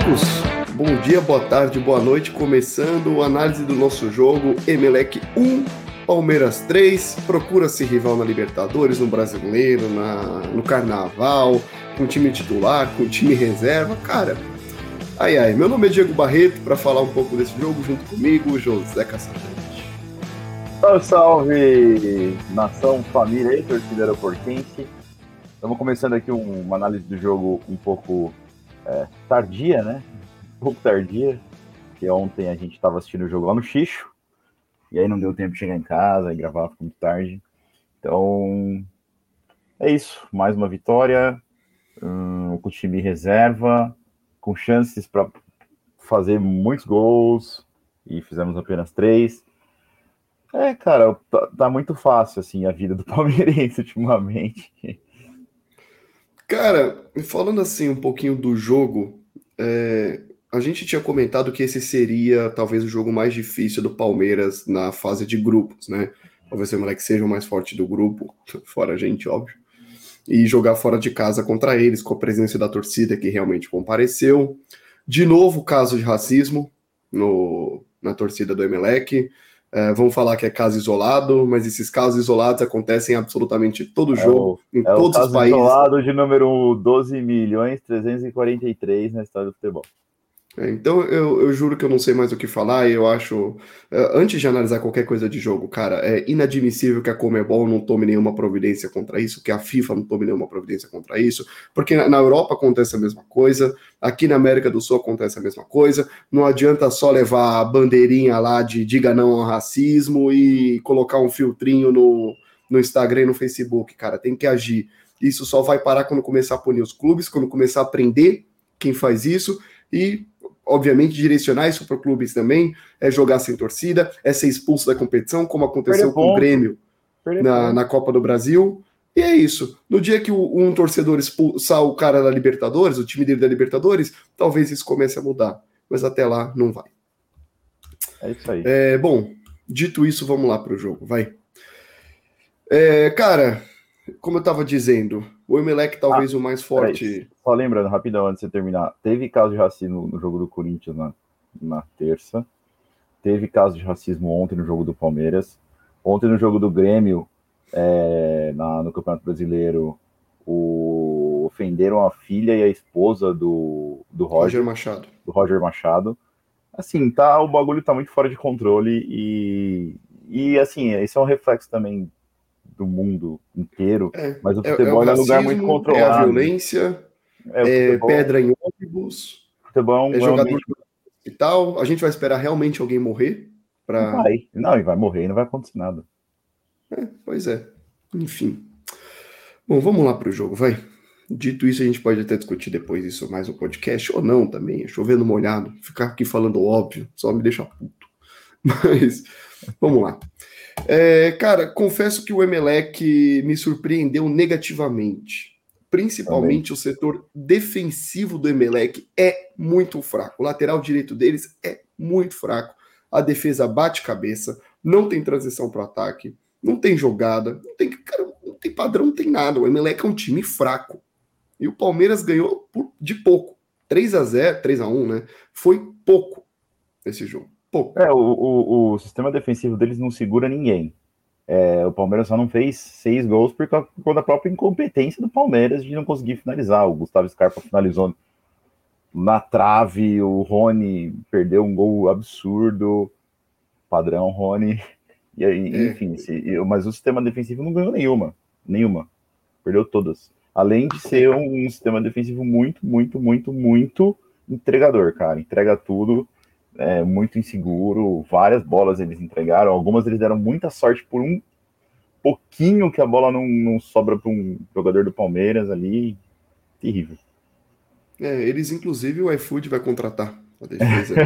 amigos, bom dia, boa tarde, boa noite, começando a análise do nosso jogo, Emelec 1, Palmeiras 3, procura-se rival na Libertadores, no Brasileiro, no Carnaval, com time titular, com time reserva, cara, meu nome é Diego Barreto, para falar um pouco desse jogo, junto comigo, José Caçador. Salve, salve, nação, família e torcida aeroportense. Estamos começando aqui uma análise do jogo um pouco tardia, né? Um pouco tardia, porque ontem a gente estava assistindo o jogo lá no Xixo, e aí não deu tempo de chegar em casa e gravar, ficou muito tarde. Então, é isso. Mais uma vitória, com o time reserva, com chances para fazer muitos gols, e fizemos apenas 3. Cara, tá muito fácil, assim, a vida do palmeirense ultimamente. Cara, falando assim um pouquinho do jogo, a gente tinha comentado que esse seria talvez o jogo mais difícil do Palmeiras na fase de grupos, né? Talvez o Emelec seja o mais forte do grupo, fora a gente, óbvio. E jogar fora de casa contra eles, com a presença da torcida que realmente compareceu. De novo, caso de racismo na torcida do Emelec. Vamos falar que é caso isolado, mas esses casos isolados acontecem em absolutamente todo jogo, em todos os países. É o caso isolado de número 12.343 na história do futebol. Então eu juro que eu não sei mais o que falar, e eu acho, antes de analisar qualquer coisa de jogo, cara, é inadmissível que a Conmebol não tome nenhuma providência contra isso, que a FIFA não tome nenhuma providência contra isso, porque na Europa acontece a mesma coisa, aqui na América do Sul acontece a mesma coisa, não adianta só levar a bandeirinha lá de diga não ao racismo e colocar um filtrinho no Instagram e no Facebook, cara, tem que agir. Isso só vai parar quando começar a punir os clubes, quando começar a prender quem faz isso, e obviamente direcionar isso para clubes também, jogar sem torcida, ser expulso da competição, como aconteceu com o Grêmio na Copa do Brasil, e é isso. No dia que um torcedor expulsar o cara da Libertadores, o time dele da Libertadores, talvez isso comece a mudar, mas até lá não vai. É isso aí. Bom, dito isso, vamos lá para o jogo, vai. Cara, como eu estava dizendo, o Emelec talvez o mais forte... Só lembrando, rapidão, antes de você terminar, teve caso de racismo no jogo do Corinthians na terça, teve caso de racismo ontem no jogo do Palmeiras, ontem no jogo do Grêmio, no Campeonato Brasileiro, ofenderam a filha e a esposa do Roger Machado. Do Roger Machado. Assim, o bagulho tá muito fora de controle e assim, esse é um reflexo também do mundo inteiro, mas o futebol é o racismo, é um lugar muito controlado. É a violência, pedra em ônibus, futebol é jogador e tal. A gente vai esperar realmente alguém morrer? Não, e vai morrer e não vai acontecer nada. Pois é, enfim. Bom, vamos lá para o jogo, vai. Dito isso, a gente pode até discutir depois isso mais no podcast, ou não também, chovendo molhado, ficar aqui falando óbvio, só me deixa puto. Mas, vamos lá. Cara, confesso que o Emelec me surpreendeu negativamente. Principalmente o setor defensivo do Emelec é muito fraco. O lateral direito deles é muito fraco. A defesa bate cabeça, não tem transição para o ataque, não tem jogada, não tem padrão, não tem nada. O Emelec é um time fraco. E o Palmeiras ganhou de pouco. 3-0, 3-1, né? Foi pouco esse jogo. Pouco. O sistema defensivo deles não segura ninguém. O Palmeiras só não fez 6 gols por causa da própria incompetência do Palmeiras de não conseguir finalizar. O Gustavo Scarpa finalizou na trave, o Rony perdeu um gol absurdo, padrão Rony, e aí, enfim, mas o sistema defensivo não ganhou nenhuma, perdeu todas. Além de ser um sistema defensivo muito, muito, muito, muito entregador, cara, entrega tudo. Muito inseguro, várias bolas eles entregaram, algumas eles deram muita sorte por um pouquinho que a bola não sobra para um jogador do Palmeiras ali, terrível. Eles, inclusive, o iFood vai contratar a defesa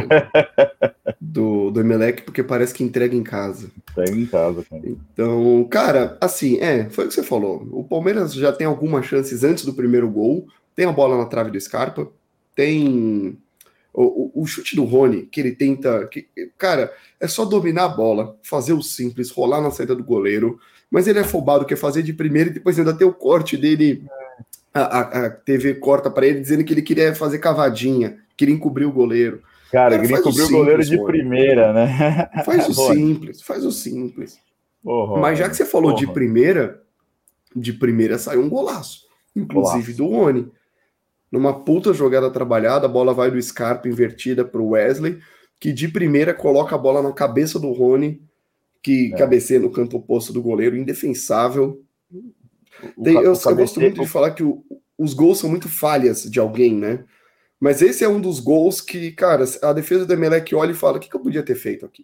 do Emelec, porque parece que entrega em casa. Entrega em casa, cara. Então, cara, assim, foi o que você falou, o Palmeiras já tem algumas chances antes do primeiro gol, tem a bola na trave do Scarpa, tem... O chute do Rony, que ele tenta... cara, é só dominar a bola, fazer o simples, rolar na saída do goleiro, mas ele é afobado, quer fazer de primeira e depois ainda tem o corte dele. A TV corta para ele dizendo que ele queria fazer cavadinha, queria encobrir o goleiro. Cara, Cara, queria faz o encobrir o goleiro simples, de Rony. primeira, né? Faz o Rony. simples, faz o simples. Ô, Mas já que Rony. você falou Ô, Rony. de primeira saiu um golaço. Inclusive Golaço. do Rony. Numa puta jogada trabalhada, a bola vai do Scarpa invertida pro Wesley, que de primeira coloca a bola na cabeça do Rony, que É. cabeceia no canto oposto do goleiro, indefensável. O, ca- o Eu gosto cabeceio. muito de falar que os gols são muito falhas de alguém, né? Mas esse é um dos gols que, cara, a defesa do Emelec olha e fala: o que eu podia ter feito aqui?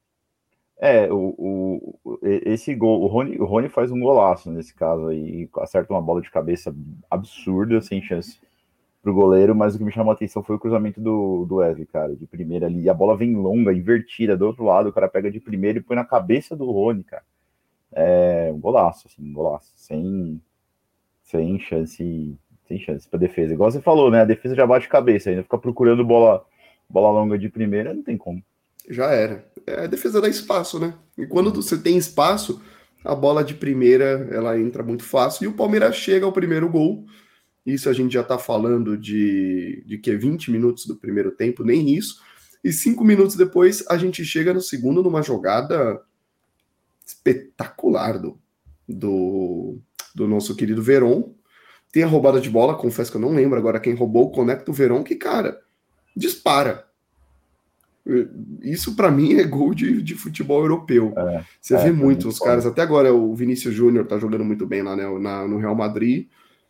Esse gol, o Rony faz um golaço nesse caso aí, acerta uma bola de cabeça absurda, sem chance pro goleiro, mas o que me chamou a atenção foi o cruzamento do Wesley, cara, de primeira ali, e a bola vem longa, invertida do outro lado, o cara pega de primeira e põe na cabeça do Rony, cara. É um golaço, assim, um golaço, sem chance, sem chance pra defesa. Igual você falou, né, a defesa já bate cabeça, ainda fica procurando bola longa de primeira, não tem como. Já era. É, a defesa dá espaço, né? E quando você tem espaço, a bola de primeira ela entra muito fácil. E o Palmeiras chega ao primeiro gol. Isso a gente já tá falando de que 20 minutos do primeiro tempo, nem isso. E 5 minutos depois a gente chega no segundo numa jogada espetacular do, do nosso querido Veron. Tem a roubada de bola, confesso que eu não lembro agora quem roubou, conecta o Veron, que, cara, dispara. Isso para mim é gol de futebol europeu. Você vê Foi muito muito os caras, foda. até agora o Vinícius Júnior tá jogando muito bem lá, né, no Real Madrid.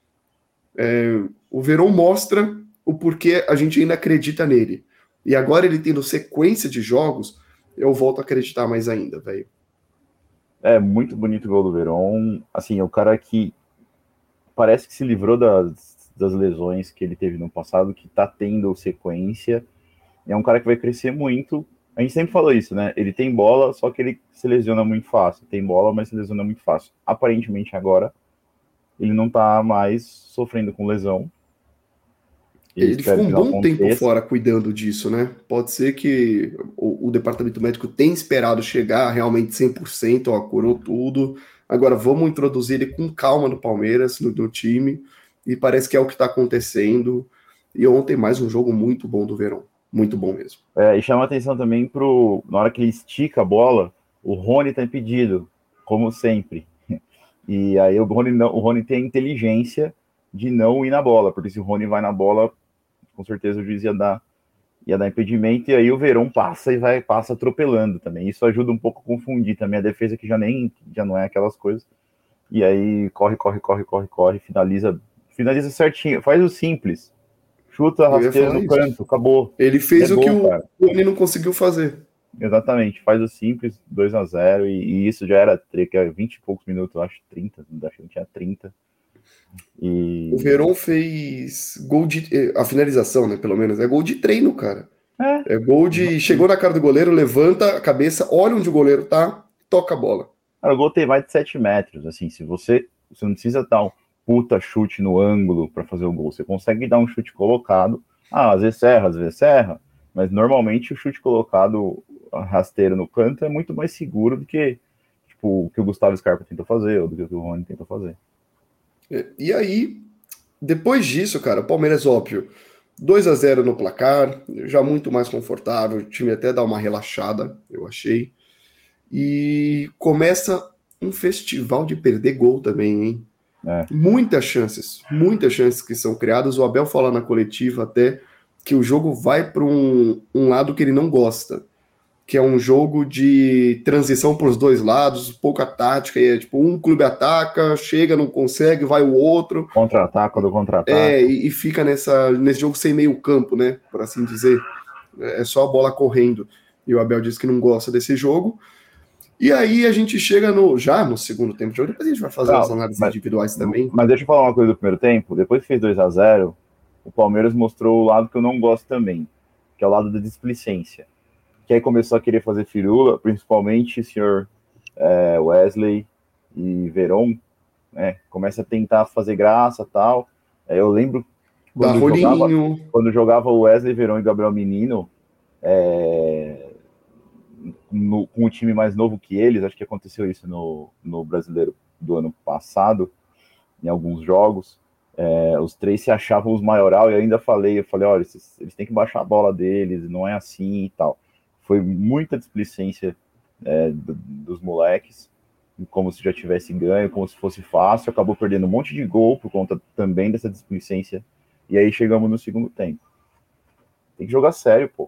O Verón mostra o porquê a gente ainda acredita nele. E agora ele tendo sequência de jogos, eu volto a acreditar mais ainda, velho. É muito bonito o gol do Veron. Assim, é o cara que parece que se livrou das lesões que ele teve no passado, que tá tendo sequência. É um cara que vai crescer muito. A gente sempre falou isso, né? Ele tem bola, só que ele se lesiona muito fácil. Tem bola, mas se lesiona muito fácil. Aparentemente, agora, ele não tá mais sofrendo com lesão. E Ele espero ficou que um não bom tempo aconteça. fora cuidando disso, né? Pode ser que o departamento médico tenha esperado chegar realmente 100%, ó, curou tudo. Agora vamos introduzir ele com calma no Palmeiras, no time, e parece que é o que está acontecendo. E ontem mais um jogo muito bom do Verón, muito bom mesmo. E chama atenção também na hora que ele estica a bola, o Rony tá impedido, como sempre. E aí o Rony tem a inteligência de não ir na bola, porque se o Rony vai na bola, com certeza o juiz ia dar impedimento, e aí o Verón passa e passa atropelando também. Isso ajuda um pouco a confundir também a defesa, que já não é aquelas coisas. E aí corre, finaliza certinho, faz o simples. Chuta Eu ia rasteiro falar no isso. canto, acabou. Ele É fez o que gol, o cara. Rony não conseguiu fazer. Exatamente, faz o simples, 2-0, e isso já era 20 e poucos minutos, acho 30, acho que não tinha 30. O E Verón fez gol de. A finalização, né? Pelo menos. É gol de treino, cara. é, É gol de. Chegou na cara do goleiro, levanta a cabeça, olha onde o goleiro tá, toca a bola. cara, o gol tem mais de 7 metros, assim, se você não precisa dar um puta chute no ângulo para fazer o gol, você consegue dar um chute colocado, às vezes erra, mas normalmente o chute colocado rasteiro no canto é muito mais seguro do que, tipo, o que o Gustavo Scarpa tentou fazer, ou do que o Rony tentou fazer. E aí, depois disso, cara, o Palmeiras, óbvio, 2-0 no placar, já muito mais confortável, o time até dá uma relaxada, eu achei. E começa um festival de perder gol também, hein? É. Muitas chances que são criadas. O Abel fala na coletiva até que o jogo vai para um lado que ele não gosta, que é um jogo de transição para os dois lados, pouca tática, e é tipo um clube ataca, chega, não consegue, vai o outro, Contra-ataca do contra-ataque. e fica nesse jogo sem meio campo, né, por assim dizer, é só a bola correndo, e o Abel diz que não gosta desse jogo, e aí a gente chega já no segundo tempo de jogo, depois a gente vai fazer as Não, análises individuais também. mas deixa eu falar uma coisa do primeiro tempo. Depois que fez 2-0, o Palmeiras mostrou o lado que eu não gosto também, que é o lado da displicência. Que aí começou a querer fazer firula, principalmente o senhor Wesley e Veron, né? Começa a tentar fazer graça e tal. Eu lembro Dá rolinho. quando jogava o Wesley, Veron e Gabriel Menino, com um time mais novo que eles, acho que aconteceu isso no Brasileiro do ano passado, em alguns jogos. Os três se achavam os maioral, e eu ainda falei, olha, eles têm que baixar a bola deles, não é assim e tal. Foi muita displicência dos moleques, como se já tivesse ganho, como se fosse fácil, acabou perdendo um monte de gol por conta também dessa displicência, e aí chegamos no segundo tempo. Tem que jogar sério, pô.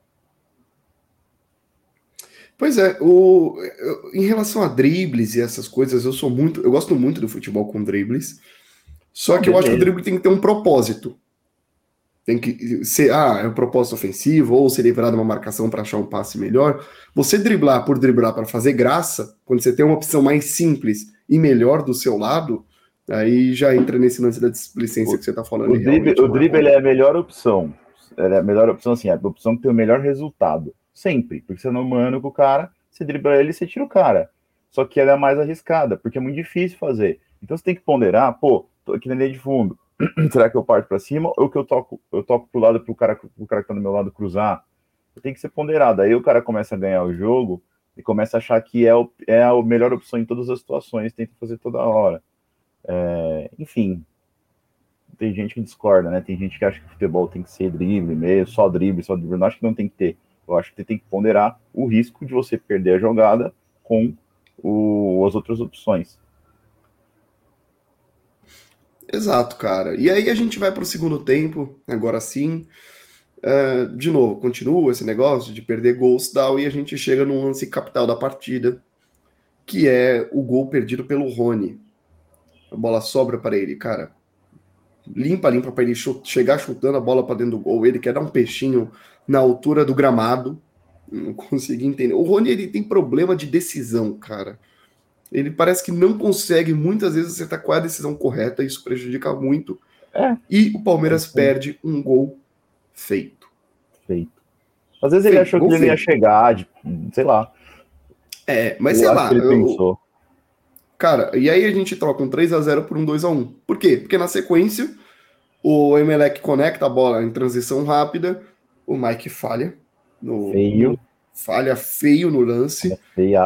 Pois é, em relação a dribles e essas coisas, eu gosto muito do futebol com dribles, só que eu acho que o drible tem que ter um propósito. Tem que ser, é um propósito ofensivo, ou se livrar de uma marcação para achar um passe melhor. Você driblar por driblar para fazer graça, quando você tem uma opção mais simples e melhor do seu lado, aí já entra nesse lance da displicência que você está falando. O drible ele é a melhor opção. É a melhor opção, assim, é a opção que tem o melhor resultado. Sempre. Porque você não mano com o cara, você dribla ele e você tira o cara. Só que ela é mais arriscada, porque é muito difícil fazer. Então você tem que ponderar, pô, tô aqui na linha de fundo. Será que eu parto para cima ou que eu toco pro lado pro cara que tá do meu lado cruzar? Tem que ser ponderado. Aí o cara começa a ganhar o jogo e começa a achar que é a melhor opção em todas as situações, tenta fazer toda hora. Enfim, tem gente que discorda, né? Tem gente que acha que o futebol tem que ser drible mesmo, só drible. Eu acho que não tem que ter. Eu acho que você tem que ponderar o risco de você perder a jogada com as outras opções. Exato, cara. E aí a gente vai para o segundo tempo, agora sim. De novo, continua esse negócio de perder gols e tal, e a gente chega num lance capital da partida, que é o gol perdido pelo Rony. A bola sobra para ele, cara. Limpa para ele chegar chutando a bola para dentro do gol. Ele quer dar um peixinho na altura do gramado. Não consegui entender. O Rony, ele tem problema de decisão, cara. Ele parece que não consegue muitas vezes acertar qual é a decisão correta, isso prejudica muito. E o Palmeiras perde um gol feito. Às vezes ele achou que ele não ia chegar, sei lá. Mas sei lá. Que ele pensou. Cara, e aí a gente troca um 3-0 por um 2-1. Por quê? Porque na sequência, o Emelec conecta a bola em transição rápida, o Mike falha. Falha feio no lance.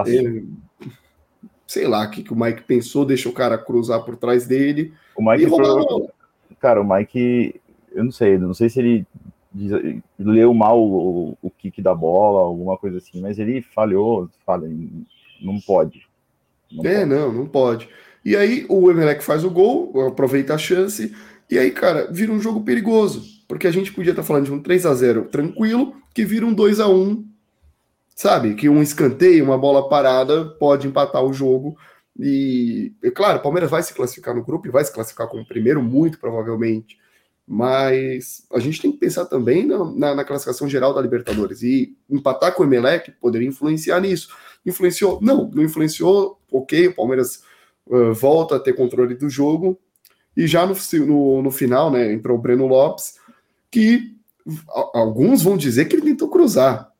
Sei lá o que o Mike pensou, deixa o cara cruzar por trás dele. O Mike cara, o Mike, eu não sei se ele leu mal o kick da bola, alguma coisa assim, mas ele falha, não pode. Não pode. E aí o Emelec faz o gol, aproveita a chance, e aí, cara, vira um jogo perigoso, porque a gente podia estar falando de um 3-0 tranquilo, que vira um 2-1, sabe? Que um escanteio, uma bola parada pode empatar o jogo. E, claro, o Palmeiras vai se classificar no grupo e vai se classificar como primeiro, muito provavelmente. Mas a gente tem que pensar também na classificação geral da Libertadores. E empatar com o Emelec poderia influenciar nisso. Influenciou? Não influenciou. Ok, o Palmeiras volta a ter controle do jogo. E já no final, né, entrou o Breno Lopes, que alguns vão dizer que ele tentou cruzar.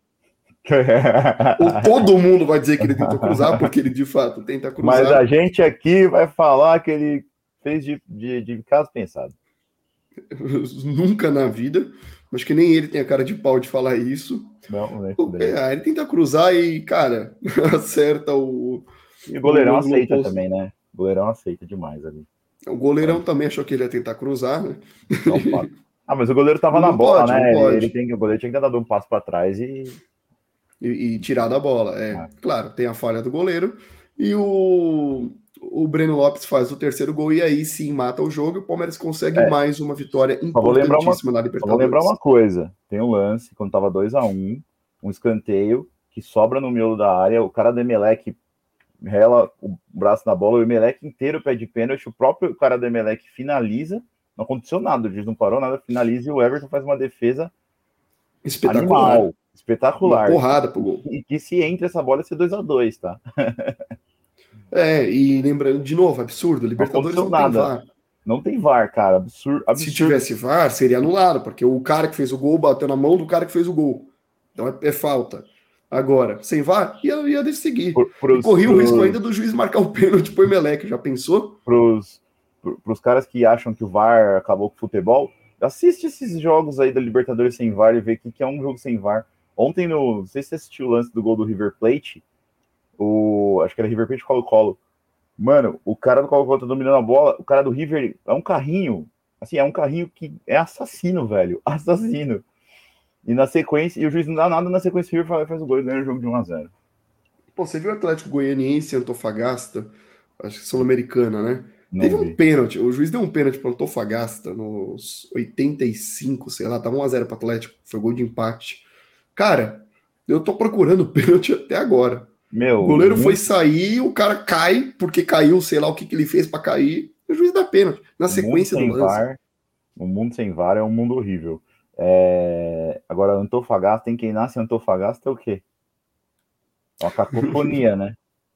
Ou todo mundo vai dizer que ele tentou cruzar, porque ele de fato tenta cruzar. Mas a gente aqui vai falar que ele fez de caso pensado. Nunca na vida, mas que nem ele tem a cara de pau de falar isso. Não ele tenta cruzar e, cara, acerta o. E o goleirão aceita também, né? O goleirão aceita demais ali. O goleirão também achou que ele ia tentar cruzar, né? Não pode. Mas o goleiro tava na bola, né? O goleiro tinha que dar um passo para trás e tirar da bola. Claro, tem a falha do goleiro e o Breno Lopes faz o terceiro gol e aí sim mata o jogo e o Palmeiras consegue mais uma vitória importantíssima na Libertadores. Vou lembrar uma coisa, tem um lance, quando tava 2-1, um escanteio que sobra no miolo da área, o cara do Emelec rela o braço na bola, o Emelec inteiro pede pênalti, o próprio cara do Emelec finaliza, não aconteceu nada, o juiz não parou nada, finaliza e o Everton faz uma defesa espetacular. Espetacular. Uma porrada pro gol. E que se entre essa bola ia ser 2-2, tá? E lembrando, de novo, absurdo, Libertadores não tem VAR. Não tem VAR, cara, absurdo. Se tivesse VAR, seria anulado, porque o cara que fez o gol bateu na mão do cara que fez o gol. Então é falta. Agora, sem VAR, ia seguir. E corria o risco ainda do juiz marcar o pênalti pro Emelec, já pensou? Pros caras que acham que o VAR acabou com o futebol, assiste esses jogos aí da Libertadores sem VAR e vê que é um jogo sem VAR. Ontem, não sei se você assistiu o lance do gol do River Plate, acho que era River Plate Colo-Colo. Mano, o cara do qual tá dominando a bola, o cara do River é um carrinho. Assim, é um carrinho que é assassino, velho. Assassino. E na sequência, e o juiz não dá nada na sequência, o River faz o gol e ganha o jogo de 1-0. Pô, você viu o Atlético Goianiense e Antofagasta? Acho que Sul-Americana, né? Não Teve um vi. pênalti, o juiz deu um pênalti pro Antofagasta nos 85, sei lá, tava 1-0 pro Atlético, foi gol de empate. Cara, eu tô procurando pênalti até agora. O Meu, goleiro foi sair, o cara cai, porque caiu, sei lá o que, que ele fez pra cair, e o juiz dá pênalti, na o mundo sequência do sem lance. VAR, o mundo sem VAR é um mundo horrível. Agora, Antofagasta, em quem nasce em Antofagasta é o quê? É uma cacofonia, né?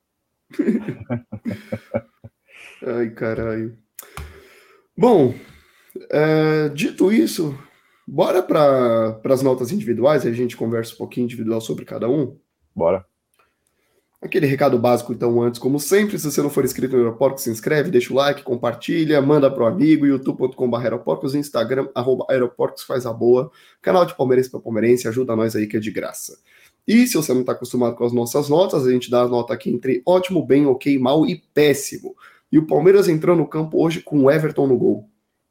Ai, caralho. Bom, dito isso, bora para as notas individuais, aí a gente conversa um pouquinho individual sobre cada um. Bora. Aquele recado básico, então, antes, como sempre, se você não for inscrito no Aeroporcos, se inscreve, deixa o like, compartilha, manda pro amigo, youtube.com/aeroporcos, Instagram, @aeroporcos, faz a boa, canal de palmeirense para palmeirense, ajuda nós aí que é de graça. E se você não está acostumado com as nossas notas, a gente dá a nota aqui entre ótimo, bem, ok, mal e péssimo. E o Palmeiras entrou no campo hoje com o Everton no gol.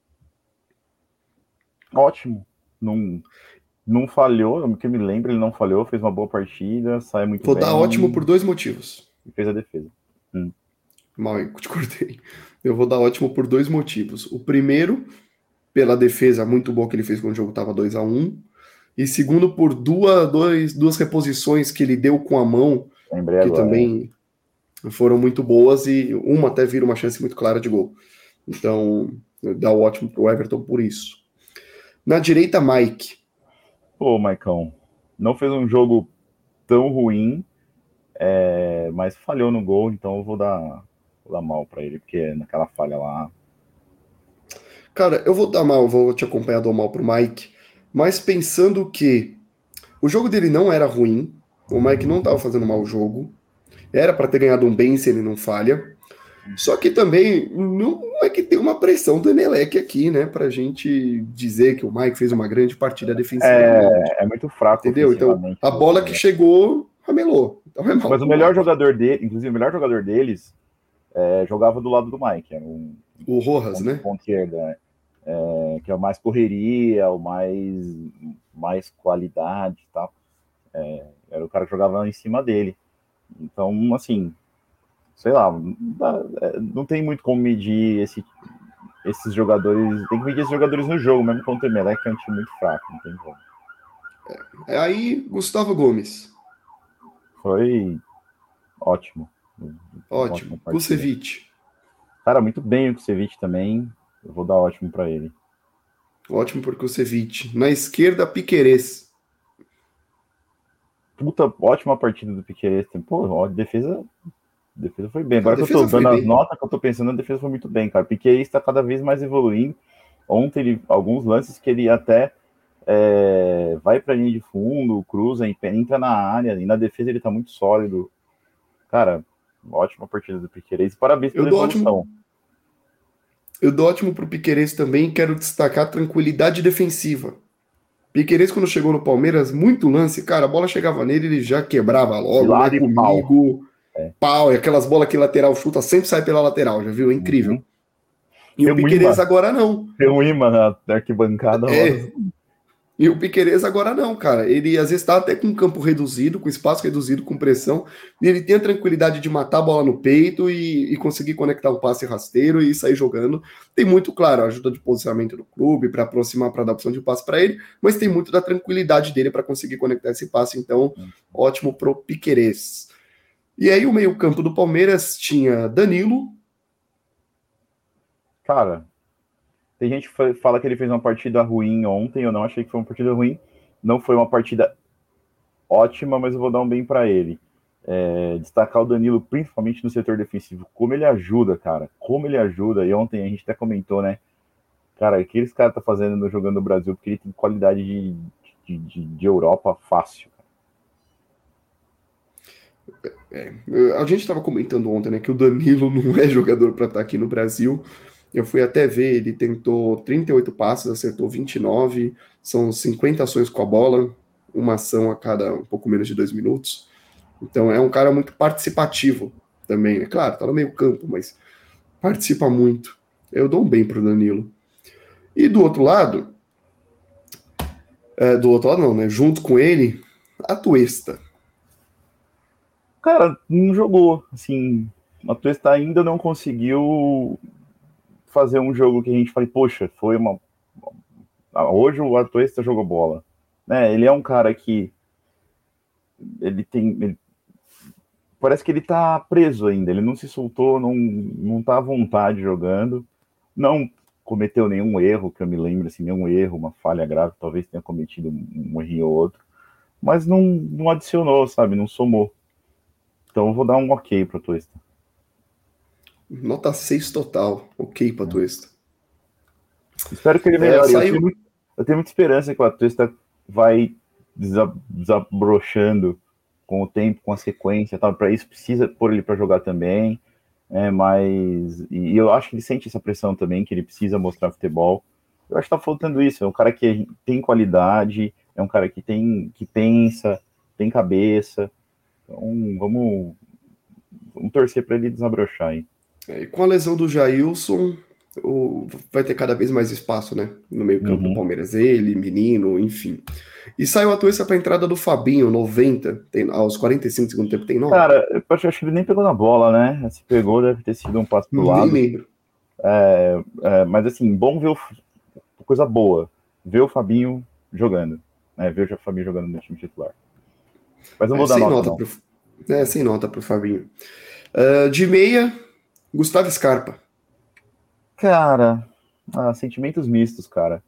Ótimo. Não falhou, que eu me lembro, ele não falhou, fez uma boa partida, sai muito Vou dar ótimo por bem 2 motivos. e fez a defesa. Mal, eu te cortei. Eu vou dar ótimo por 2 motivos. O primeiro, pela defesa muito boa que ele fez quando o jogo estava 2-1. E segundo, por duas reposições que ele deu com a mão, Lembrei que agora. também foram muito boas, e uma até vira uma chance muito clara de gol. Então, dá o ótimo pro Everton por isso. Na direita, Mike. Pô, Maicão, não fez um jogo tão ruim, mas falhou no gol, então eu vou dar mal pra ele, porque naquela falha lá. Cara, eu vou dar mal, vou te acompanhar, dou mal pro Mike, mas pensando que o jogo dele não era ruim, o Mike não estava fazendo mau jogo, era para ter ganhado um bem se ele não falha. Só que também não é que tem uma pressão do Emelec aqui, né? Pra gente dizer que o Mike fez uma grande partida defensivamente. É muito fraco Entendeu? Então, ofensivamente. a bola que chegou, ramelou. Então é mal Mas o pro melhor Mike. jogador dele, inclusive o melhor jogador deles, jogava do lado do Mike. Era um O Rojas, né? ponto esquerda, né? Que é o mais correria, o mais qualidade e tal. Era o cara que jogava em cima dele. Então, assim, sei lá, não tem muito como medir esses jogadores. Tem que medir esses jogadores no jogo, mesmo contra o Emelec, que é um time muito fraco, não tem como. Aí, Gustavo Gomes. Foi ótimo. Uma ótima Ótimo. partida. Kusevich. Cara, muito bem o Kusevich também. Eu vou dar ótimo para ele. Ótimo por Kusevich. Na esquerda, Piquerez. Puta, ótima partida do Piquerez. Pô, a defesa foi bem. A Agora que eu tô defesa foi dando as bem. notas que eu tô pensando, a defesa foi muito bem, cara. O Piquerez tá cada vez mais evoluindo. Ontem, alguns lances que ele até vai pra linha de fundo, cruza, entra na área, e na defesa ele tá muito sólido. Cara, ótima partida do Piquerez. Parabéns Eu pela dou ótimo. evolução. Eu dou ótimo pro Piquerez também. Quero destacar a tranquilidade defensiva. Piquerez, quando chegou no Palmeiras, muito lance, cara, a bola chegava nele, ele já quebrava De logo, não é lado e pau. comigo, É. pau, e aquelas bolas que lateral chuta sempre sai pela lateral, já viu? É incrível. Uhum. E o Piquerez agora não. Tem um imã na arquibancada. E o Piquerez agora não, cara. Ele às vezes tá até com campo reduzido, com espaço reduzido, com pressão, e ele tem a tranquilidade de matar a bola no peito e conseguir conectar um passe rasteiro e sair jogando. Tem muito, claro, a ajuda de posicionamento do clube para aproximar, para dar opção de passe para ele, mas tem muito da tranquilidade dele para conseguir conectar esse passe. Então, ótimo pro Piquerez. E aí o meio-campo do Palmeiras tinha Danilo. Cara, tem gente que fala que ele fez uma partida ruim ontem, eu não achei que foi uma partida ruim. Não foi uma partida ótima, mas eu vou dar um bem para ele. Destacar o Danilo, principalmente no setor defensivo. Como ele ajuda, cara. Como ele ajuda. E ontem a gente até comentou, né? Cara, o que esse cara tá fazendo jogando no Brasil, porque ele tem qualidade de Europa fácil. A gente estava comentando ontem, né, que o Danilo não é jogador para estar aqui no Brasil. Eu fui até ver, ele tentou 38 passes, acertou 29, são 50 ações com a bola, uma ação a cada um pouco menos de 2 minutos. Então é um cara muito participativo. também, né? Claro, tá no meio campo, mas participa muito. Eu dou um bem pro Danilo. E do outro lado não, né? Junto com ele, a Tuesta. Cara, não jogou, assim, a Tuesta ainda não conseguiu fazer um jogo que a gente fale, poxa, foi uma... Hoje o Atuesta jogou bola, né? Ele é um cara que parece que ele tá preso ainda, ele não se soltou, não tá à vontade jogando, não cometeu nenhum erro, que eu me lembro, assim, nenhum erro, uma falha grave, talvez tenha cometido um erro ou outro, mas não adicionou, sabe, não somou. Então eu vou dar um ok pro Atuesta. Nota 6 total. Ok pra Tuesta. Espero que ele melhore. Saiu. Eu tenho muita esperança que o Atuesta vai desabrochando com o tempo, com a sequência, tá? Para isso precisa pôr ele para jogar também, mas e eu acho que ele sente essa pressão também, que ele precisa mostrar futebol. Eu acho que tá faltando isso. É um cara que tem qualidade, é um cara que pensa, tem cabeça. Então vamos torcer para ele desabrochar aí. E com a lesão do Jailson, vai ter cada vez mais espaço, né? No meio-campo do Palmeiras. Ele, Menino, enfim. E saiu a Tuesta para a entrada do Fabinho, 90, aos 45 do segundo tempo, tem 9. Cara, eu acho que ele nem pegou na bola, né? Se pegou, deve ter sido um passo pro lado. Nem lembro. Mas assim, bom ver coisa boa. Ver o Fabinho jogando. Ver o Fabinho jogando no time titular. Mas não vou dar nota, não. Sem nota pro Fabinho. De meia, Gustavo Scarpa. Cara, sentimentos mistos, cara.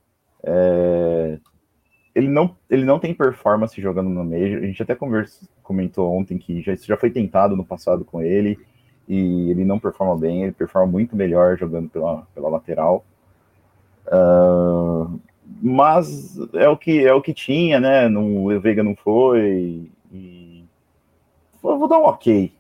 Ele não tem performance jogando no meio. A gente até comentou ontem que isso já foi tentado no passado com ele. E ele não performa bem. Ele performa muito melhor jogando pela lateral. Mas é o que tinha, né? O Veiga não foi. E vou dar um ok.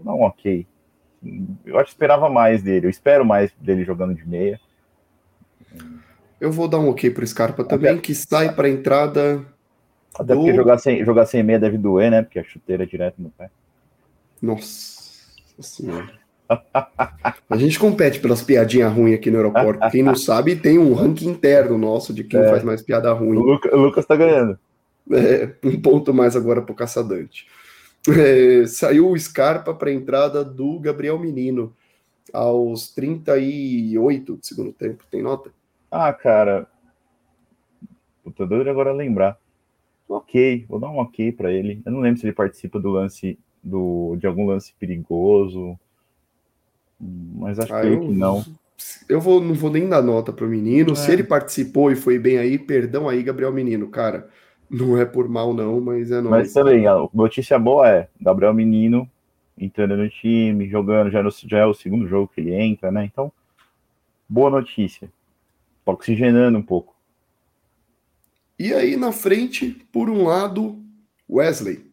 Eu acho que esperava mais dele. Eu espero mais dele jogando de meia. Eu vou dar um ok pro Scarpa também, que sai para entrada. Até porque jogar sem meia deve doer, né? Porque a chuteira é direto no pé. Nossa senhora. A gente compete pelas piadinhas ruins aqui no aeroporto. Quem não sabe, tem um ranking interno nosso de quem faz mais piada ruim. O Lucas tá ganhando. Um ponto mais agora pro Caçadante. Saiu o Scarpa para a entrada do Gabriel Menino aos 38 do segundo tempo. Tem nota? Cara, eu tô doido agora lembrar. Ok, vou dar um ok para ele. Eu não lembro se ele participa de algum lance perigoso, mas acho que não. Eu não vou nem dar nota pro Menino. Se ele participou e foi bem aí, perdão aí, Gabriel Menino, cara. Não é por mal, não, mas é nóis. Mas também, a notícia boa é Gabriel Menino entrando no time, jogando, já é o segundo jogo que ele entra, né? Então, boa notícia. Tá oxigenando um pouco. E aí, na frente, por um lado, Wesley.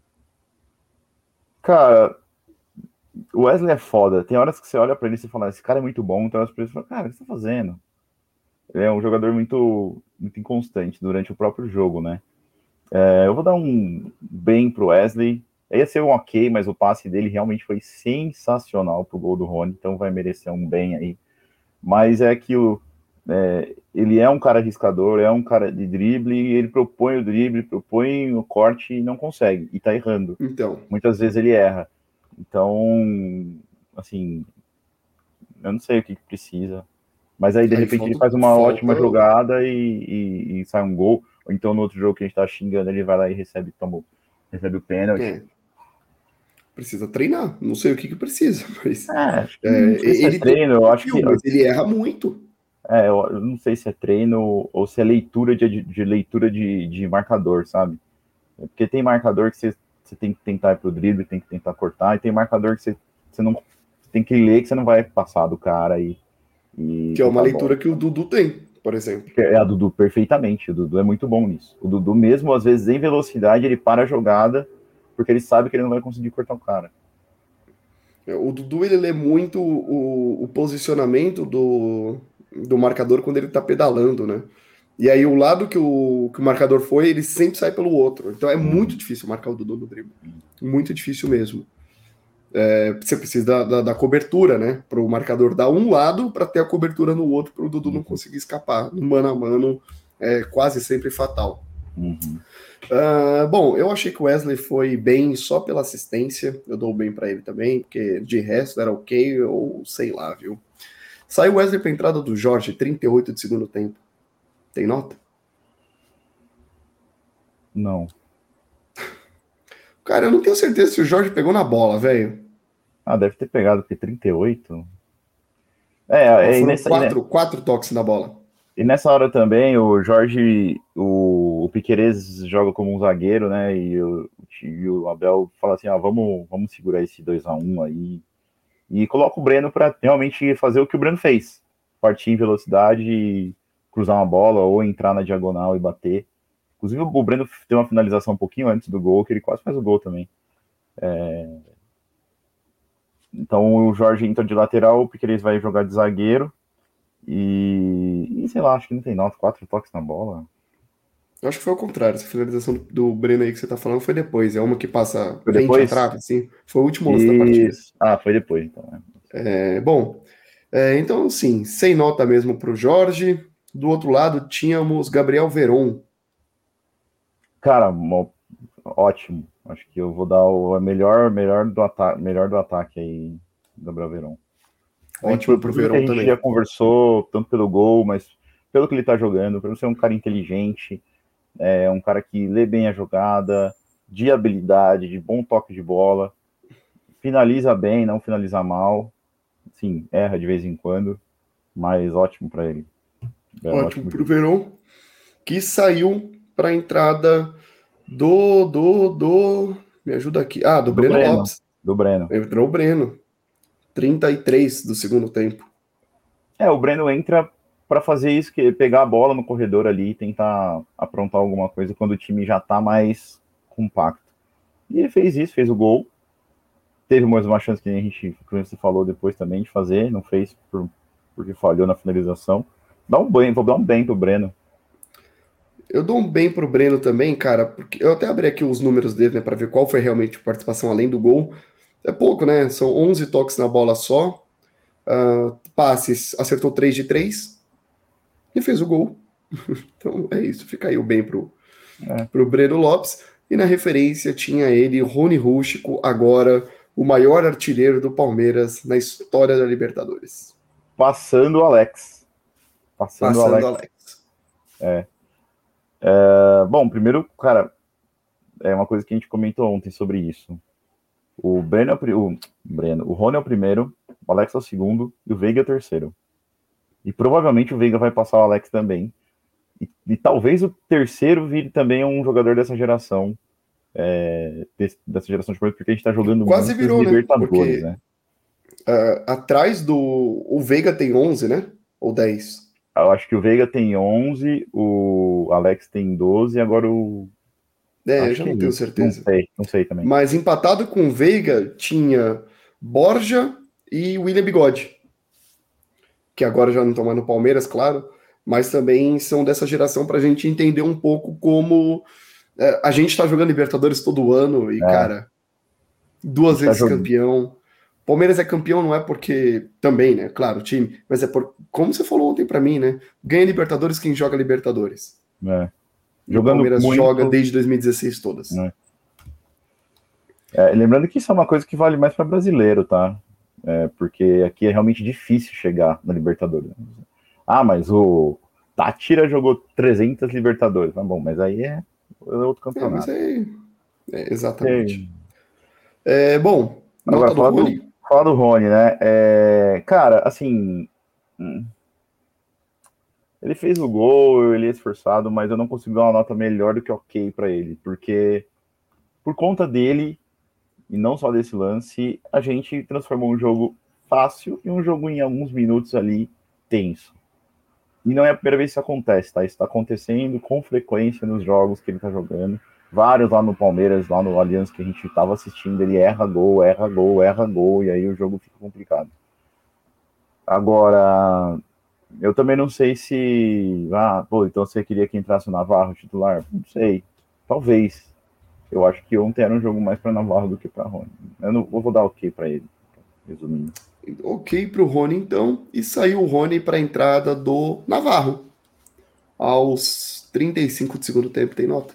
Cara, o Wesley é foda. Tem horas que você olha pra ele e fala, esse cara é muito bom. Tem horas pra ele e fala, cara, o que você tá fazendo? Ele é um jogador muito, muito inconstante durante o próprio jogo, né? Eu vou dar um bem pro Wesley. Ia ser um ok, mas o passe dele realmente foi sensacional pro gol do Rony, então vai merecer um bem aí. Mas é aquilo, ele é um cara arriscador, é um cara de drible, ele propõe o drible, propõe o corte e não consegue, e tá errando. Então. Muitas vezes ele erra. Então, assim, eu não sei o que precisa. Mas aí, de repente, ele faz uma ótima jogada e sai um gol. Ou então, no outro jogo que a gente tá xingando, ele vai lá e recebe o pênalti. Precisa treinar. Não sei o que precisa, mas... Acho que não sei se é treino, eu acho que... Mas ele erra muito. Eu não sei se é treino ou se é leitura de marcador, sabe? Porque tem marcador que você tem que tentar ir pro drible, tem que tentar cortar, e tem marcador que você não tem que ler, que você não vai passar do cara que é uma leitura que o Dudu tem, por exemplo. É a Dudu perfeitamente, o Dudu é muito bom nisso. O Dudu mesmo, às vezes, em velocidade, ele para a jogada, porque ele sabe que ele não vai conseguir cortar o cara. O Dudu, ele lê muito o posicionamento do marcador quando ele tá pedalando, né? E aí o lado que o marcador foi, ele sempre sai pelo outro. Então é muito difícil marcar o Dudu no drible. Muito difícil mesmo. Você precisa da cobertura, né? Para o marcador dar um lado para ter a cobertura no outro, para o Dudu não conseguir escapar. No mano a mano é quase sempre fatal. Uhum. Bom, eu achei que o Wesley foi bem só pela assistência. Eu dou bem para ele também, porque de resto era ok, ou sei lá, viu? Saiu o Wesley para entrada do Jorge, 38 de segundo tempo. Tem nota? Não. Cara, eu não tenho certeza se o Jorge pegou na bola, velho. Deve ter pegado, porque 38. Foram quatro toques na bola. E nessa hora também, o Jorge, o Piquerez joga como um zagueiro, né? E o Abel fala assim: vamos segurar esse 2-1 aí. E coloca o Breno para realmente fazer o que o Breno fez: partir em velocidade, cruzar uma bola ou entrar na diagonal e bater. Inclusive, o Breno tem uma finalização um pouquinho antes do gol, que ele quase faz o gol também. Então o Jorge entra de lateral, o Piquerez vai jogar de zagueiro. E sei lá, acho que não tem nota, 4 toques na bola. Eu acho que foi o contrário. Essa finalização do Breno aí que você tá falando foi depois. É uma que passa Foi rente à depois? trave, assim. Foi o último lance da partida. Foi depois, então. Bom, então sim, sem nota mesmo pro Jorge. Do outro lado tínhamos Gabriel Veron. Cara, ótimo. Acho que eu vou dar o melhor do ataque aí, Gabriel Veron. Ótimo pro Veron também. A gente já conversou, tanto pelo gol, mas pelo que ele tá jogando, por ser um cara inteligente, um cara que lê bem a jogada, de habilidade, de bom toque de bola, finaliza bem, não finaliza mal. Sim, erra de vez em quando, mas ótimo para ele. Ótimo pro Veron, que saiu para a entrada do. Me ajuda aqui. Do Breno Lopes. Do Breno. Entrou o Breno. 33 do segundo tempo. O Breno entra para fazer isso, que pegar a bola no corredor ali e tentar aprontar alguma coisa quando o time já tá mais compacto. E ele fez isso, fez o gol. Teve mais uma chance que você falou depois também de fazer, não fez porque falhou na finalização. Vou dar um bem pro Breno. Eu dou um bem pro Breno também, cara, porque eu até abri aqui os números dele, né, para ver qual foi realmente a participação além do gol. É pouco, né? São 11 toques na bola só. Passes, acertou 3 de 3 e fez o gol. Então é isso, fica aí o bem pro Breno Lopes. E na referência tinha ele, Rony Rústico, agora o maior artilheiro do Palmeiras na história da Libertadores. Passando o Alex. Passando o Alex. Bom, primeiro, cara, é uma coisa que a gente comentou ontem sobre isso. O Rony é o primeiro, o Alex é o segundo e o Veiga é o terceiro. E provavelmente o Veiga vai passar o Alex também. E talvez o terceiro vire também um jogador dessa geração. Dessa geração de Palmeiras, porque a gente tá jogando quase virou, Libertadores, né? Atrás do... O Veiga tem 11, né? Ou 10? Eu acho que o Veiga tem 11, o Alex tem 12, agora o... eu já não tenho certeza. Não sei também. Mas empatado com o Veiga tinha Borja e William Bigode, que agora já não estão mais no Palmeiras, claro, mas também são dessa geração para a gente entender um pouco como a gente está jogando Libertadores todo ano e, cara, 2 vezes campeão. Palmeiras é campeão não é porque também, né? Claro, o time, mas é por, como você falou ontem para mim, né? Ganha Libertadores quem joga Libertadores. Jogando o Palmeiras muito... joga desde 2016 todas. Lembrando que isso é uma coisa que vale mais para brasileiro, tá? Porque aqui é realmente difícil chegar na Libertadores. Mas o Tátira jogou 300 Libertadores. Tá bom, mas aí é outro campeonato. Exatamente. Bom, agora, falar do Rony, né? Cara, assim... Ele fez o gol, ele é esforçado, mas eu não consigo dar uma nota melhor do que ok para ele, porque por conta dele, e não só desse lance, a gente transformou um jogo fácil em um jogo em alguns minutos ali tenso. E não é a primeira vez que isso acontece, tá? Isso está acontecendo com frequência nos jogos que ele tá jogando. Vários lá no Palmeiras, lá no Allianz que a gente tava assistindo, ele erra gol, e aí o jogo fica complicado. Agora... Eu também não sei se... então você queria que entrasse o Navarro titular? Não sei. Talvez. Eu acho que ontem era um jogo mais para Navarro do que para Rony. Eu não vou dar ok para ele, resumindo. Ok para o Rony, então, e saiu o Rony para a entrada do Navarro. Aos 35 de segundo tempo, tem nota?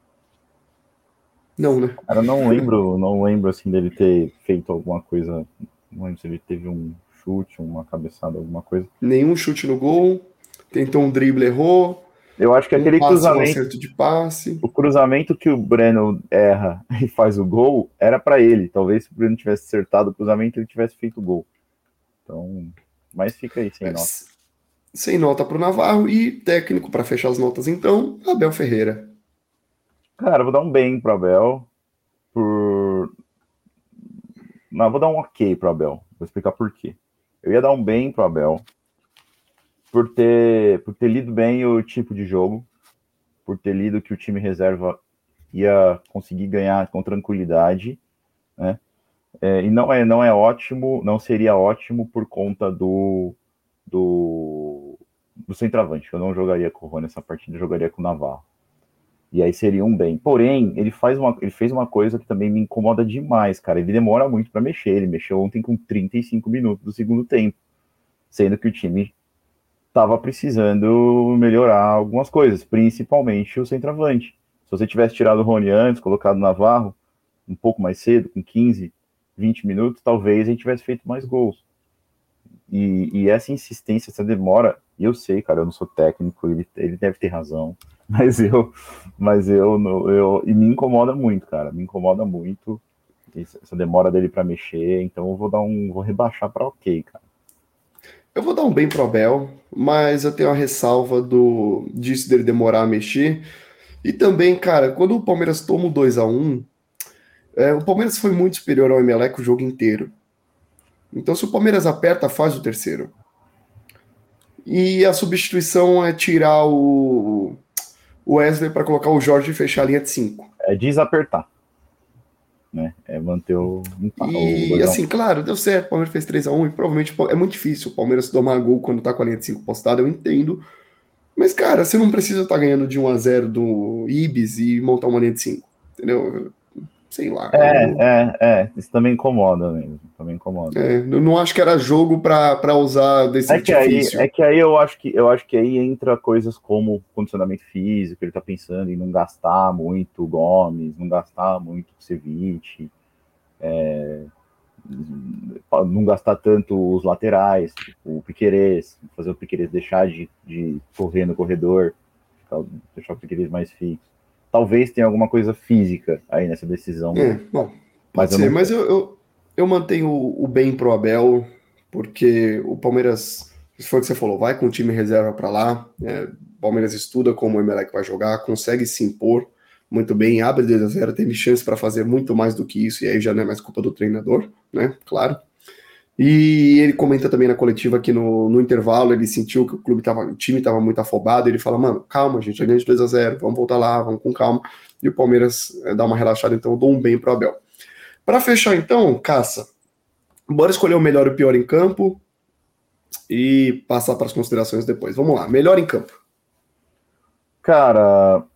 Não, né? Cara, não lembro assim dele ter feito alguma coisa. Não lembro se ele teve um chute, uma cabeçada, alguma coisa. Nenhum chute no gol, tentou um drible, errou, Eu acho que um aquele passe, um cruzamento, acerto de passe. o cruzamento que o Breno erra e faz o gol, era para ele. Talvez se o Breno tivesse acertado o cruzamento, ele tivesse feito o gol. Então, mas fica aí sem É, nota. sem nota para o Navarro e técnico para fechar as notas, então, Abel Ferreira. Cara, eu vou dar um bem pro Abel por. Não, vou dar um ok pro Abel. Vou explicar por quê. Eu ia dar um bem pro Abel por ter lido bem o tipo de jogo, por ter lido que o time reserva ia conseguir ganhar com tranquilidade, né? E não é ótimo, não seria ótimo por conta do centroavante. Eu não jogaria com o Rony essa partida, eu jogaria com o Navarro. E aí seria um bem. Porém, ele fez uma coisa que também me incomoda demais, cara. Ele demora muito para mexer. Ele mexeu ontem com 35 minutos do segundo tempo, sendo que o time estava precisando melhorar algumas coisas, principalmente o centroavante. Se você tivesse tirado o Rony antes, colocado o Navarro um pouco mais cedo, com 15, 20 minutos, talvez a gente tivesse feito mais gols. E essa insistência, essa demora, e eu sei, cara, eu não sou técnico, ele deve ter razão, mas e me incomoda muito, cara, me incomoda muito essa demora dele para mexer, então eu vou rebaixar para ok, cara. Eu vou dar um bem pro Abel, mas eu tenho a ressalva disso dele demorar a mexer. E também, cara, quando o Palmeiras toma o 2-1, o Palmeiras foi muito superior ao Emelec o jogo inteiro. Então, se o Palmeiras aperta, faz o terceiro. E a substituição é tirar o Wesley para colocar o Jorge e fechar a linha de 5. É desapertar, né? É manter o E 2 a 1. assim, claro, deu certo, o Palmeiras fez 3-1 e provavelmente é muito difícil o Palmeiras tomar gol quando tá com a linha de 5 postada, eu entendo. Mas, cara, você não precisa estar ganhando de 1-0 do Ibis e montar uma linha de 5, entendeu? Sei lá. Isso também incomoda mesmo, também incomoda. Eu não acho que era jogo para usar desse artifício. É que aí eu acho que aí entra coisas como condicionamento físico, ele tá pensando em não gastar muito o Gomes, não gastar muito o Ceviche, não gastar tanto os laterais, tipo, o Piquerez, fazer o Piquerez deixar de correr no corredor, deixar o Piquerez mais fixo. Talvez tenha alguma coisa física aí nessa decisão dele. Bom, Mas pode eu ser, não mas eu mantenho o bem pro Abel, porque o Palmeiras, isso foi o que você falou, vai com o time reserva para lá, o Palmeiras estuda como o Emelec vai jogar, consegue se impor muito bem, abre 2-0, tem chance para fazer muito mais do que isso, e aí já não é mais culpa do treinador, né? Claro. E ele comenta também na coletiva que no intervalo ele sentiu que o time estava muito afobado. Ele fala: Mano, calma, gente, já ganhou de 2-0, vamos voltar lá, vamos com calma. E o Palmeiras dá uma relaxada, então eu dou um bem pro Abel. Para fechar, então, Caça, bora escolher o melhor e o pior em campo e passar para as considerações depois. Vamos lá, melhor em campo. Cara,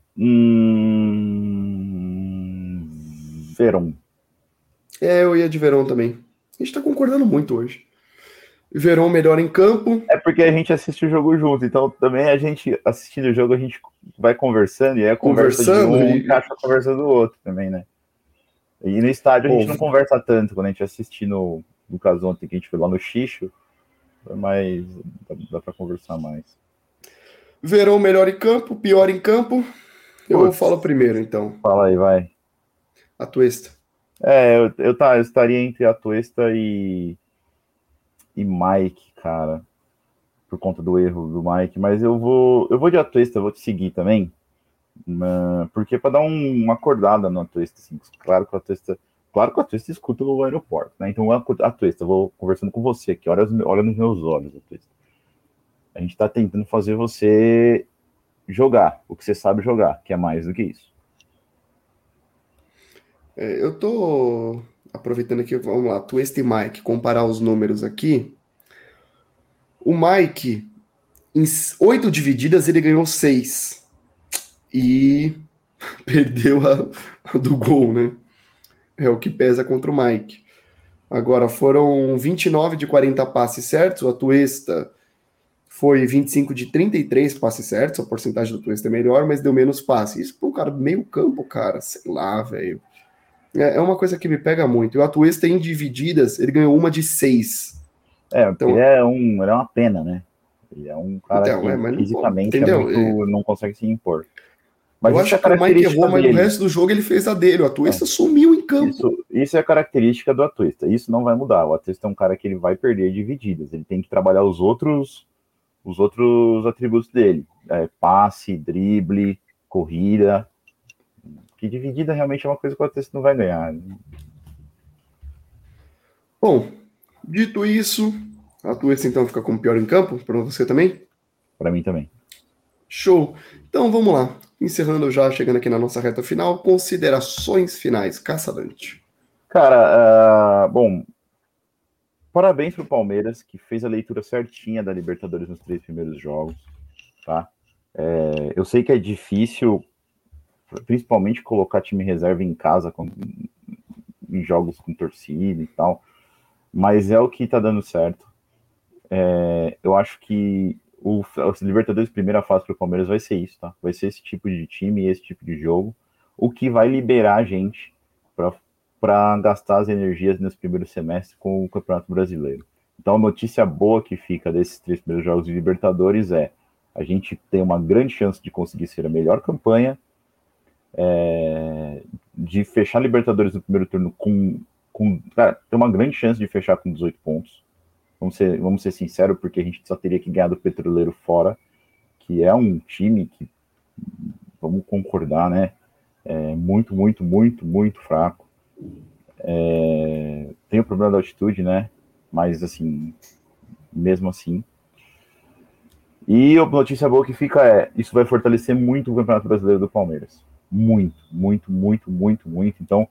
Verón. Eu ia de Verón também. A gente tá concordando muito hoje. Verón melhor em campo. É porque a gente assiste o jogo junto, então também a gente, assistindo o jogo, a gente vai conversando, e aí a conversa de um encaixa a conversa do outro também, né? E no estádio a gente não conversa tanto, quando a gente assiste no caso ontem que a gente foi lá no Xixo, mas dá pra conversar mais. Verón melhor em campo, pior em campo. Eu falo primeiro, então. Fala aí, vai. Atuesta. Eu estaria entre Atuesta e Mike, cara, por conta do erro do Mike, mas eu vou de Atuesta, eu vou te seguir também, porque para dar uma acordada no Atuesta, assim, claro que o Atuesta escuta o aeroporto, né? Então, Atuesta, eu vou conversando com você aqui, olha nos meus olhos, Atuesta. A gente tá tentando fazer você jogar o que você sabe jogar, que é mais do que isso. Eu tô aproveitando aqui, vamos lá, Atuesta e Mike, comparar os números aqui. O Mike, em 8 divididas, ele ganhou 6. E Perdeu a do gol, né? É o que pesa contra o Mike. Agora, foram 29 de 40 passes certos, o Atuesta foi 25 de 33 passes certos, a porcentagem do Atuesta é melhor, mas deu menos passes. Isso, pô, cara, meio campo, cara, sei lá, velho. É uma coisa que me pega muito. E o Atuesta em divididas, ele ganhou uma de 6. Porque Então, ele é uma pena, né? Ele é um cara então que mas não, pô, fisicamente entendeu? não consegue se impor. Mas Eu isso é acho que o Mike errou, característica mas no dele. resto do jogo ele fez a dele. O Atuesta sumiu em campo. Isso é característica do Atuesta. Isso não vai mudar. O Atuesta é um cara que ele vai perder divididas. Ele tem que trabalhar os outros atributos dele. Passe, drible, corrida. Que dividida realmente é uma coisa que o Atuesta não vai ganhar. Bom, dito isso, a Atuesta então fica como pior em campo, para você também? Para mim também. Show. Então vamos lá. Encerrando já, chegando aqui na nossa reta final, considerações finais, Caçadante. Cara, bom, parabéns pro Palmeiras, que fez a leitura certinha da Libertadores nos 3 primeiros jogos, tá? Eu sei que é difícil, principalmente colocar time reserva em casa em jogos com torcida e tal, mas é o que tá dando certo. Eu acho que o Libertadores primeira fase pro Palmeiras vai ser isso, tá? Vai ser esse tipo de time, esse tipo de jogo, o que vai liberar a gente para gastar as energias nos primeiros semestres com o Campeonato Brasileiro. Então, a notícia boa que fica desses 3 primeiros jogos de Libertadores é a gente tem uma grande chance de conseguir ser a melhor campanha, de fechar a Libertadores no primeiro turno cara, tem uma grande chance de fechar com 18 pontos. Vamos ser sinceros, porque a gente só teria que ganhar do Petroleiro fora, que é um time que, vamos concordar, né? É muito, muito, muito, muito fraco. Tem o problema da altitude, né? Mas, assim, mesmo assim. E a notícia boa que fica isso vai fortalecer muito o Campeonato Brasileiro do Palmeiras. Muito, muito, muito, muito, muito. Então,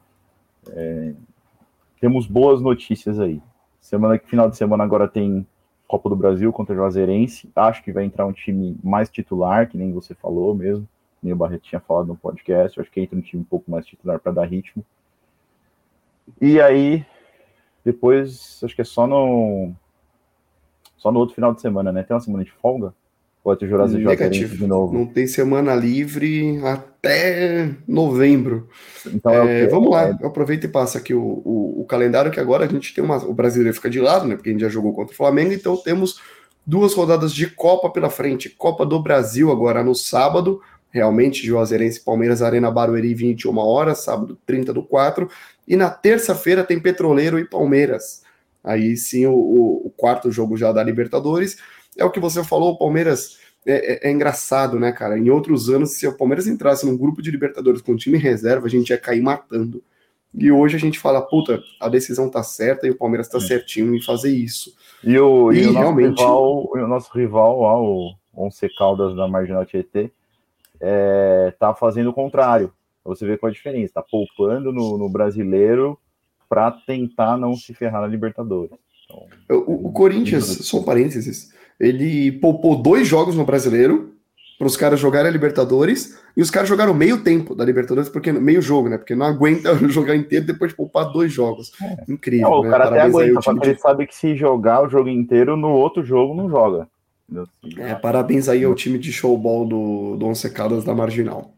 temos boas notícias aí. Final de semana agora tem Copa do Brasil contra o Juazeirense. Acho que vai entrar um time mais titular, que nem você falou mesmo. Nem o Barreto tinha falado no podcast. Acho que entra um time um pouco mais titular para dar ritmo. E aí, depois, acho que é só no outro final de semana, né? Tem uma semana de folga? Pode ter Juazeirense de novo. Não tem semana livre até novembro. Então vamos lá, aproveita e passa aqui o calendário, que agora a gente tem o brasileiro fica de lado, né? Porque a gente já jogou contra o Flamengo, então temos 2 rodadas de Copa pela frente. Copa do Brasil agora no sábado, realmente, Juazeirense e Palmeiras, Arena Barueri, 21 horas, sábado 30/4. E na terça-feira tem Petroleiro e Palmeiras. Aí sim, o quarto jogo já da Libertadores. É o que você falou, o Palmeiras é engraçado, né, cara? Em outros anos, se o Palmeiras entrasse num grupo de Libertadores com time reserva, a gente ia cair matando. E hoje a gente fala, puta, a decisão tá certa e o Palmeiras tá certinho em fazer isso. E o realmente... nosso rival lá, o Once Caldas da Marginal Tietê, tá fazendo o contrário. Você vê qual a diferença. Tá poupando no brasileiro para tentar não se ferrar na Libertadores. Então, o Corinthians, só um parênteses, ele poupou 2 jogos no brasileiro para os caras jogarem a Libertadores, e os caras jogaram meio tempo da Libertadores, porque meio jogo, né? Porque não aguenta jogar inteiro depois de poupar 2 jogos. Incrível. O cara até aguenta, só que ele sabe que se jogar o jogo inteiro, no outro jogo não joga. Parabéns aí ao time de showball do Once Caldas da Marginal.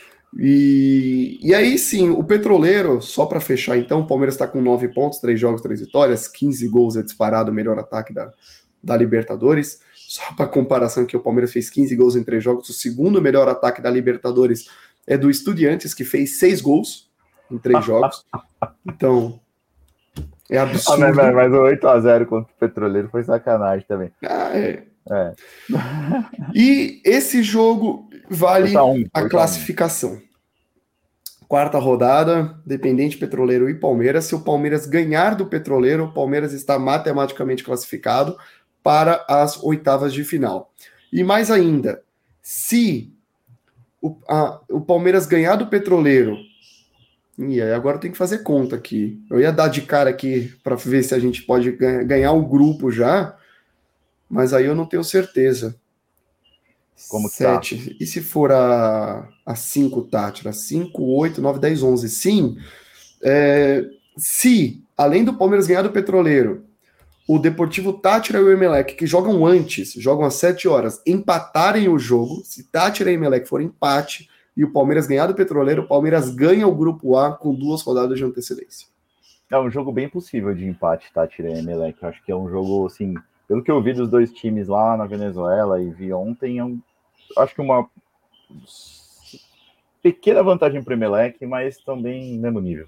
E aí sim, o Petroleiro, só para fechar então, o Palmeiras está com 9 pontos, 3 jogos, 3 vitórias, 15 gols, é disparado o melhor ataque da Libertadores. Só para comparação que o Palmeiras fez 15 gols em 3 jogos, o segundo melhor ataque da Libertadores é do Estudiantes, que fez 6 gols em 3 jogos. Então, é absurdo. Mas o 8-0 contra o Petroleiro foi sacanagem também. E esse jogo vale a classificação. Quarta rodada, Independente, Petroleiro e Palmeiras. Se o Palmeiras ganhar do Petroleiro, o Palmeiras está matematicamente classificado para as oitavas de final. E mais ainda, se o Palmeiras ganhar do Petroleiro, e aí agora tem que fazer conta aqui. Eu ia dar de cara aqui para ver se a gente pode ganhar o grupo já, mas aí eu não tenho certeza. Como que tá? 7. E se for a 5, Tátira? 5, 8, 9, 10, 11. Sim. Se, além do Palmeiras ganhar do Petroleiro, o Deportivo Tátira e o Emelec, que jogam antes, jogam às 7 horas, empatarem o jogo, se Tátira e Emelec for empate e o Palmeiras ganhar do Petroleiro, o Palmeiras ganha o Grupo A com 2 rodadas de antecedência. É um jogo bem possível de empate, Tátira e Emelec. Eu acho que é um jogo, assim, pelo que eu vi dos dois times lá na Venezuela e vi ontem, acho que uma pequena vantagem para o Emelec, mas também mesmo nível.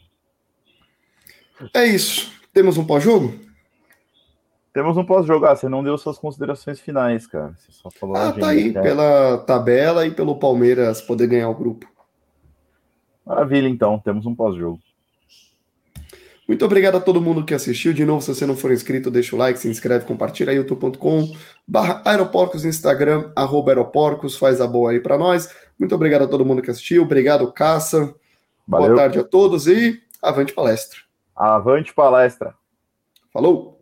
É isso. Temos um pós-jogo? Temos um pós-jogo. Você não deu suas considerações finais, cara. Você só falou a agenda. Tá aí, pela tabela e pelo Palmeiras poder ganhar o grupo. Maravilha, então. Temos um pós-jogo. Muito obrigado a todo mundo que assistiu. De novo, se você não for inscrito, deixa o like, se inscreve, compartilha aí, youtube.com/aeroporcos, Instagram, @aeroporcos, faz a boa aí para nós. Muito obrigado a todo mundo que assistiu. Obrigado, Caça. Valeu. Boa tarde a todos e avante palestra. Avante palestra. Falou!